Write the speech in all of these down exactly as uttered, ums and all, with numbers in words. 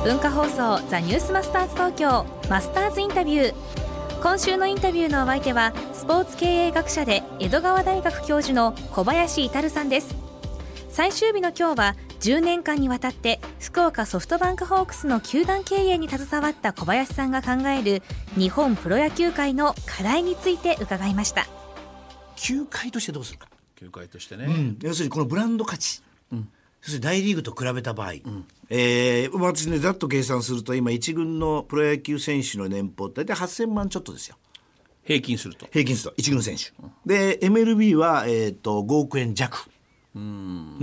文化放送ザニュースマスターズ東京マスターズインタビュー。今週のインタビューのお相手はスポーツ経営学者で江戸川大学教授の小林至さんです。最終日の今日はじゅうねんかんにわたって福岡ソフトバンクホークスの球団経営に携わった小林さんが考える日本プロ野球界の課題について伺いました。 球界としてどうするか。 球界としてね、 うん、要するにこのブランド価値、うん、要するに大リーグと比べた場合、うんえー、私ねざっと計算すると今一軍のプロ野球選手の年俸って大体はっせんまんちょっとですよ。 平均すると平均すると一軍選手、うん、で エムエルビー は、えー、とごおくえん弱。うん、うん、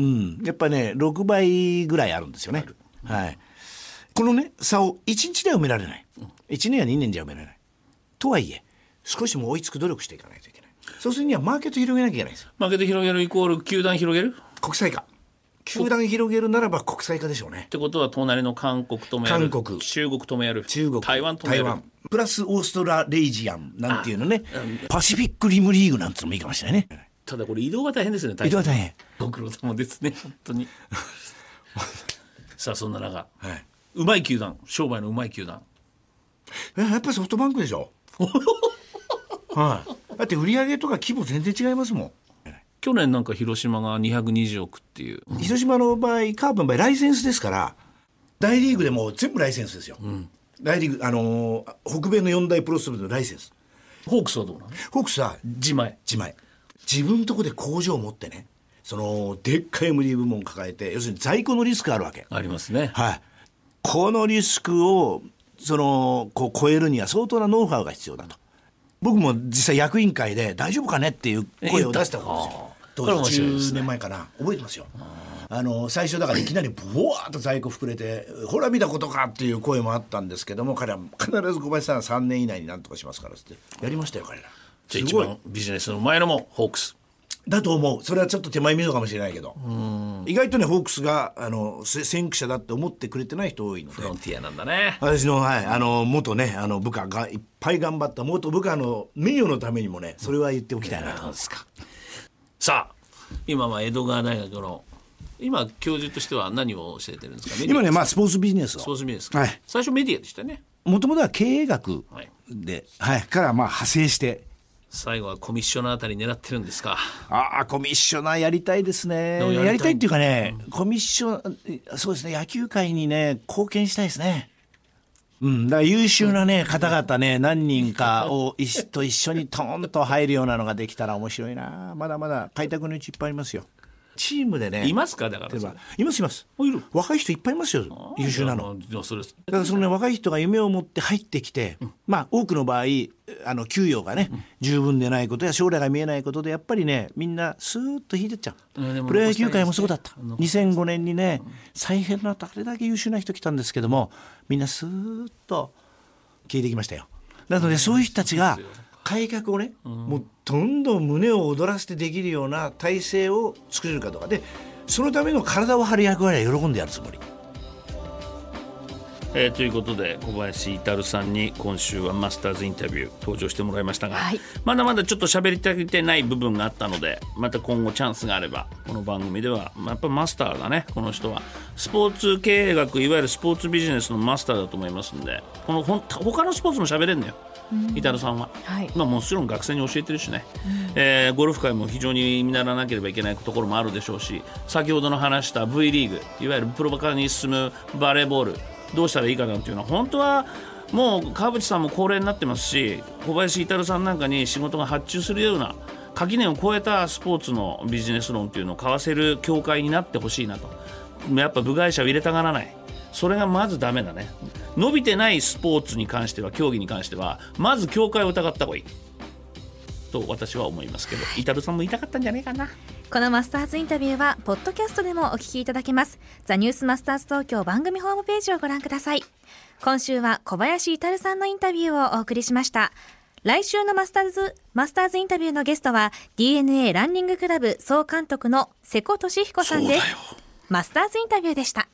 やっぱねろくばいぐらいあるんですよね、うんはい、このね差をいちにちでは埋められない、うん、いちねんやにねんじゃ埋められないとはいえ少しも追いつく努力していかないといけない。そうするにはマーケット広げなきゃいけないんですよ。 マーケット広げるイコール球団広げる国際化。球団広げるならば国際化でしょうね。 ってことは隣の韓国ともやる、 韓国中国ともやる、 中国台湾ともやる、 台湾プラスオーストラレイジアンなんていうのね、パシフィックリムリーグなんてのもいいかもしれないね。 ただこれ移動が大変ですね。 移動が大変。 ご苦労様ですね本当にさあそんな中、はい、うまい球団、商売のうまい球団えやっぱりソフトバンクでしょはい、だって売上とか規模全然違いますもん。 去年なんか広島がにひゃくにじゅうおくっていう、 うん、広島の場合カープの場合ライセンスですから大リーグでも全部ライセンスですよ、うん、大リーグ、あのー、北米のよん大プロスポーツのライセンス。 ホークスはどうなの？ ホークスは自前自前自分のとこで工場を持ってね、そのでっかい エムディー 部門を抱えて、要するに在庫のリスクがあるわけ。 ありますね、 はい、このリスクをそのこう超えるには相当なノウハウが必要だと。僕も実際役員会で大丈夫かねっていう声を出したことですよ。当時じゅうねんまえかな、覚えてますよ。あの最初だからいきなりボワーッと在庫膨れてほら見たことかっていう声もあったんですけども、彼は必ず小林さんはさんねん以内に何とかしますからってやりましたよ彼ら。 じゃあ一番ビジネスの前のもホークスだと思う。それはちょっと手前味噌かもしれないけど、うん意外とねホークスがあの先駆者だって思ってくれてない人多いので。 フロンティアなんだね。 私の、はい、あの元ねあの部下がいっぱい頑張った元部下の名誉のためにもねそれは言っておきたいなと思います。かさあ今は江戸川大学の今教授としては何を教えてるんですか？ 今ね、まあ、スポーツビジネスをスポーツビジネスか、 はい、 最初メディアでしたね。 もともとは経営学で、はいはい、からまあ派生して最後はコミッショナーあたり狙ってるんですか？ ああコミッショナーやりたいですね。やりたい、やりたいっていうかね、うん、コミッションそうですね野球界にね貢献したいですね。うん、だから優秀な、ね、方々ね何人かを一と一緒にトーンと入るようなのができたら面白いな。まだまだ開拓のうちいっぱいありますよ。チームでねいますか？だからいますいますいる若い人いっぱいいますよ優秀なの。 それだからその、ね、若い人が夢を持って入ってきて、うん、まあ多くの場合あの給与がね、うん、十分でないことや将来が見えないことでやっぱりねみんなスーッと引いてっちゃう、うん、プロ野球界もそうだった。にせんごねんにね、うん、再編の後あれだけ優秀な人来たんですけどもみんなスーッと消えてきましたよ。なのでそういう人たちが改革をね、うん、もうどんどん胸を躍らせてできるような体制を作れるかとかでそのための体を張る役割は喜んでやるつもり、 えー、ということで小林至さんに今週はマスターズインタビュー登場してもらいましたが、はい、まだまだちょっと喋りたくてない部分があったのでまた今後チャンスがあればこの番組ではやっぱマスターだね。この人はスポーツ経営学いわゆるスポーツビジネスのマスターだと思いますんでこのほん他のスポーツも喋れるんだよ至さんは、はいまあ、もちろん学生に教えてるしね、うんえー、ゴルフ界も非常に見習わなければいけないところもあるでしょうし先ほどの話した V リーグいわゆるプロバカに進むバレーボールどうしたらいいかなんていうのは本当はもう川淵さんも高齢になってますし小林至さんなんかに仕事が発注するような垣根を越えたスポーツのビジネス論っていうのを交わせる協会になってほしいなと。やっぱ部外者を入れたがらないそれがまずダメだね。伸びてないスポーツに関しては競技に関してはまず協会を疑った方がいいと私は思いますけど至さんも言いたかったんじゃないかな。 このマスターズインタビューはポッドキャストでもお聞きいただけます。ザニュースマスターズ東京番組ホームページをご覧ください。今週は小林至さんのインタビューをお送りしました。来週のマスターズマスターズインタビューのゲストは ディーエヌエー ランニングクラブ総監督の瀬古利彦さんです。マスターズインタビューでした。